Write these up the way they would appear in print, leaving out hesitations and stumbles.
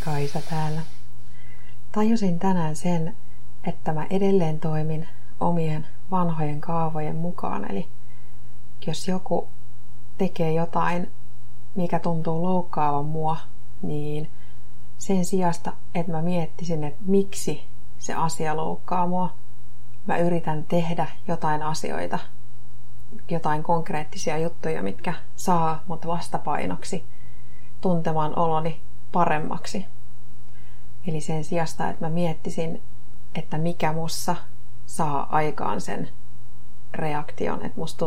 Kaisa täällä. Tajusin tänään sen, että mä edelleen toimin omien vanhojen kaavojen mukaan. Eli jos joku tekee jotain, mikä tuntuu loukkaavan mua, niin sen sijasta, että mä miettisin, että miksi se asia loukkaa mua, mä yritän tehdä jotain asioita, jotain konkreettisia juttuja, mitkä saa mut vastapainoksi tuntemaan oloni paremmaksi. Eli sen sijasta, että mä miettisin, että mikä mussa saa aikaan sen reaktion, että musta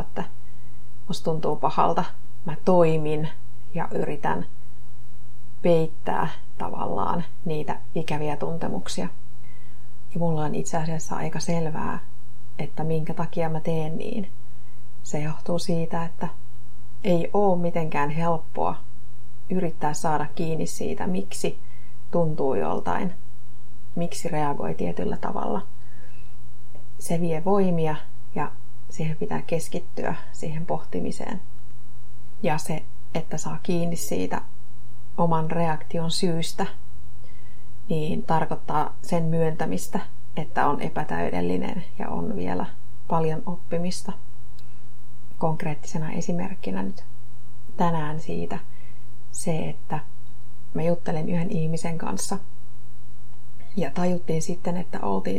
tuntuu pahalta, mä toimin ja yritän peittää tavallaan niitä ikäviä tuntemuksia. Ja mulla on itse asiassa aika selvää, että minkä takia mä teen niin. Se johtuu siitä, että ei ole mitenkään helppoa yrittää saada kiinni siitä, miksi tuntuu joltain, miksi reagoi tietyllä tavalla. Se vie voimia ja siihen pitää keskittyä, siihen pohtimiseen. Ja se, että saa kiinni siitä oman reaktion syystä, niin tarkoittaa sen myöntämistä, että on epätäydellinen ja on vielä paljon oppimista. Konkreettisena esimerkkinä nyt tänään siitä se, että mä juttelin yhden ihmisen kanssa ja tajuttiin sitten, että oltiin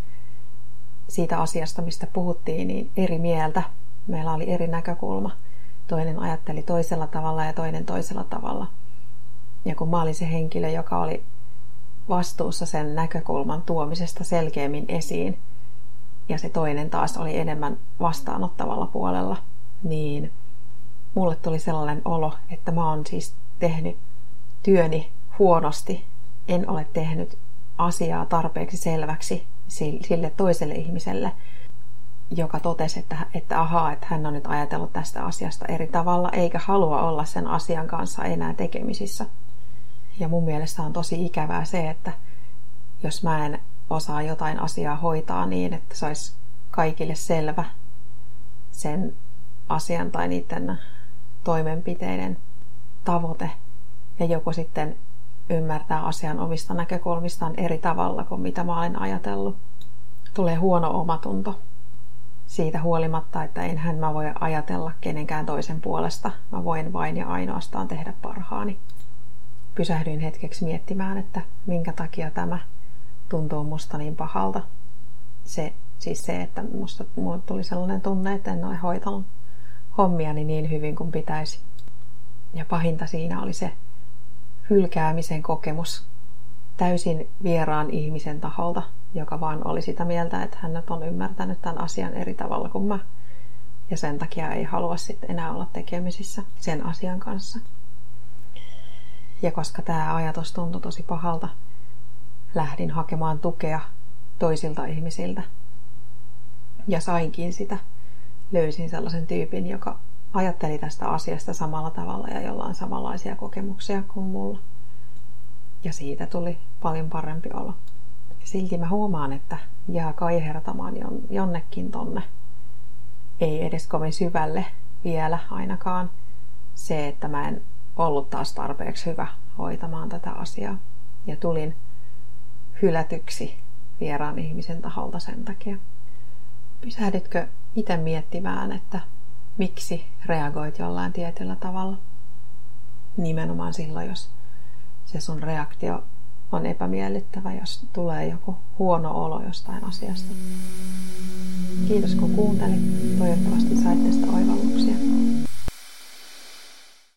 siitä asiasta, mistä puhuttiin, niin eri mieltä. Meillä oli eri näkökulma. Toinen ajatteli toisella tavalla ja toinen toisella tavalla. Ja kun mä olin se henkilö, joka oli vastuussa sen näkökulman tuomisesta selkeämmin esiin, ja se toinen taas oli enemmän vastaanottavalla puolella, niin mulle tuli sellainen olo, että mä oon siis tehnyt työni huonosti. En ole tehnyt asiaa tarpeeksi selväksi sille toiselle ihmiselle, joka totesi, että hän on nyt ajatellut tästä asiasta eri tavalla, eikä halua olla sen asian kanssa enää tekemisissä. Ja mun mielestä on tosi ikävää se, että jos mä en osaa jotain asiaa hoitaa niin, että se olisi kaikille selvä sen asian tai niiden toimenpiteiden tavoite, ja joku sitten ymmärtää asian omista näkökulmistaan eri tavalla kuin mitä mä olen ajatellut. Tulee huono omatunto siitä huolimatta, että enhän mä voi ajatella kenenkään toisen puolesta. Mä voin vain ja ainoastaan tehdä parhaani. Pysähdyin hetkeksi miettimään, että minkä takia tämä tuntuu musta niin pahalta. Se, että mulle tuli sellainen tunne, että en ole hoitanut hommiani niin hyvin kuin pitäisi. Ja pahinta siinä oli se hylkäämisen kokemus täysin vieraan ihmisen taholta, joka vaan oli sitä mieltä, että hän on ymmärtänyt tämän asian eri tavalla kuin mä. Ja sen takia ei halua sitten enää olla tekemisissä sen asian kanssa. Ja koska tämä ajatus tuntui tosi pahalta, lähdin hakemaan tukea toisilta ihmisiltä. Ja sainkin sitä. Löysin sellaisen tyypin, joka ajatteli tästä asiasta samalla tavalla ja jolla on samanlaisia kokemuksia kuin mulla. Ja siitä tuli paljon parempi olo. Silti mä huomaan, että jää kaihertamaan jonnekin tonne. Ei edes kovin syvälle vielä ainakaan se, että mä en ollut taas tarpeeksi hyvä hoitamaan tätä asiaa. Ja tulin hylätyksi vieraan ihmisen taholta sen takia. Pysähdytkö itse miettimään, että miksi reagoit jollain tietyllä tavalla? Nimenomaan silloin, jos se sun reaktio on epämiellyttävä, jos tulee joku huono olo jostain asiasta. Kiitos kun kuuntelit. Toivottavasti sait tästä oivalluksia.